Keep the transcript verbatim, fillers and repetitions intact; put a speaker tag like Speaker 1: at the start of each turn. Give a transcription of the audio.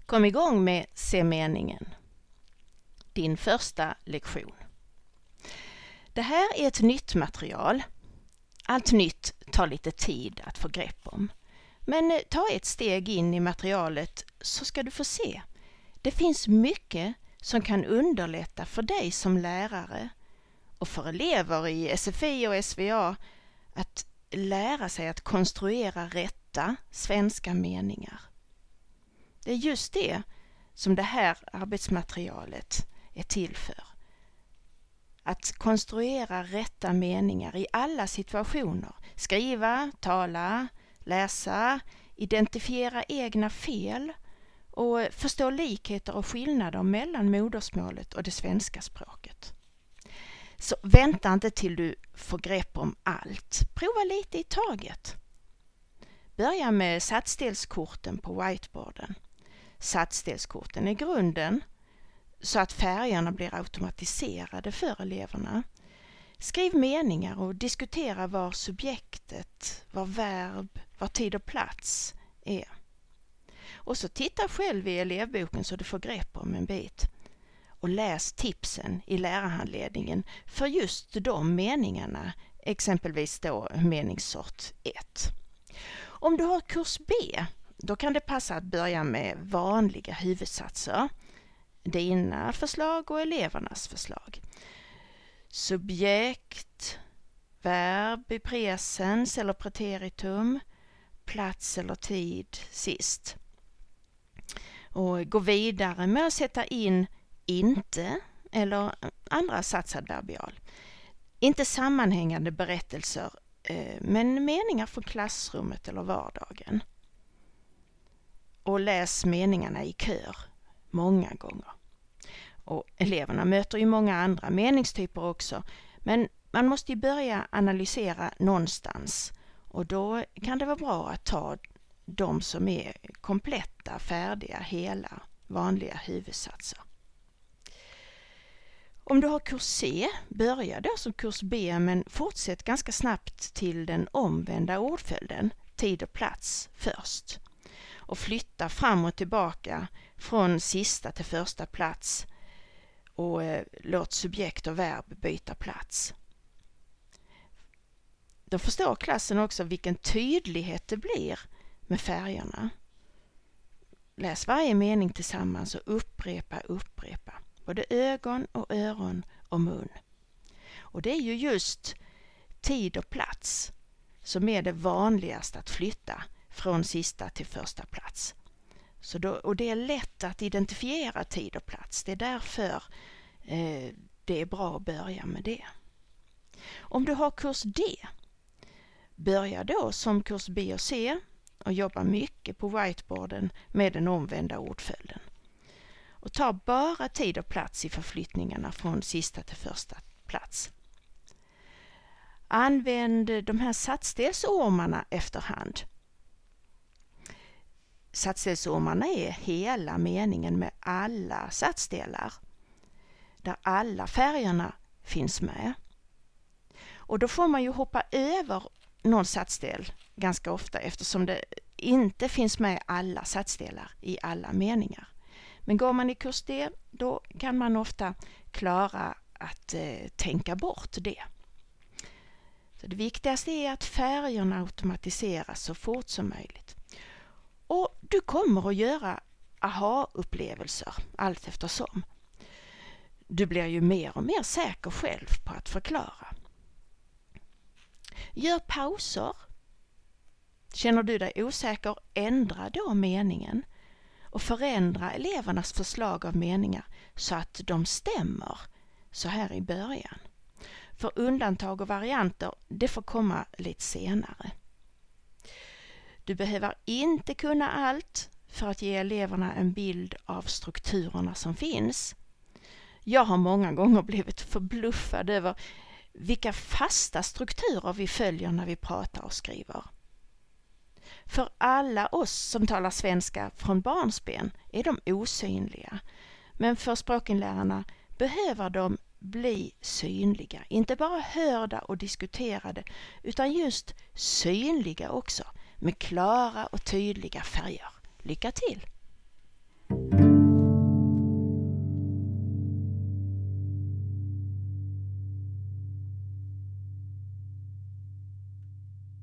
Speaker 1: Kom igång med Se meningen. Din första lektion. Det här är ett nytt material. Allt nytt tar lite tid att få grepp om. Men ta ett steg in i materialet så ska du få se. Det finns mycket som kan underlätta för dig som lärare och för elever i S F I och S V A att lära sig att konstruera rätta svenska meningar. Det är just det som det här arbetsmaterialet är till för. Att konstruera rätta meningar i alla situationer. Skriva, tala, läsa, identifiera egna fel och förstå likheter och skillnader mellan modersmålet och det svenska språket. Så vänta inte till du får grepp om allt. Prova lite i taget. Börja med satsdelskorten på whiteboarden. Satsdelskorten är grunden så att färgerna blir automatiserade för eleverna. Skriv meningar och diskutera var subjektet, var verb, var tid och plats är. Och så titta själv i elevboken så du får grepp om en bit. Och läs tipsen i lärarhandledningen för just de meningarna, exempelvis då meningssort ett. Om du har kurs B, då kan det passa att börja med vanliga huvudsatser. Dina förslag och elevernas förslag. Subjekt, verb i presens eller preteritum, plats eller tid sist. Och gå vidare med att sätta in inte eller andra satsadverbial. Inte sammanhängande berättelser men meningar från klassrummet eller vardagen. Och läs meningarna i kör många gånger. Och eleverna möter ju många andra meningstyper också. Men man måste ju börja analysera någonstans. Och då kan det vara bra att ta de som är kompletta, färdiga, hela, vanliga huvudsatser. Om du har kurs C, börja då som kurs B men fortsätt ganska snabbt till den omvända ordföljden, tid och plats först. Och flytta fram och tillbaka från sista till första plats och eh, låt subjekt och verb byta plats. Då förstår klassen också vilken tydlighet det blir med färgerna. Läs varje mening tillsammans och upprepa, upprepa. Både ögon och öron och mun. Och det är ju just tid och plats som är det vanligaste att flytta från sista till första plats. Så då, och det är lätt att identifiera tid och plats. Det är därför eh, det är bra att börja med det. Om du har kurs D, börja då som kurs B och C och jobba mycket på whiteboarden med den omvända ordföljden. Och ta bara tid och plats i förflyttningarna från sista till första plats. Använd de här satsdelsormarna efterhand. Satsdelsormarna är hela meningen med alla satsdelar. Där alla färgerna finns med. Och då får man ju hoppa över någon satsdel ganska ofta eftersom det inte finns med alla satsdelar i alla meningar. Men går man i kurs D, då kan man ofta klara att eh, tänka bort det. Så det viktigaste är att färgerna automatiseras så fort som möjligt. Och du kommer att göra aha-upplevelser allt eftersom. Du blir ju mer och mer säker själv på att förklara. Gör pauser. Känner du dig osäker, ändra då meningen. Och förändra elevernas förslag av meningar så att de stämmer så här i början. För undantag och varianter, det får komma lite senare. Du behöver inte kunna allt för att ge eleverna en bild av strukturerna som finns. Jag har många gånger blivit förbluffad över vilka fasta strukturer vi följer när vi pratar och skriver. För alla oss som talar svenska från barnsben är de osynliga. Men för språkinlärarna behöver de bli synliga. Inte bara hörda och diskuterade utan just synliga också med klara och tydliga färger. Lycka till!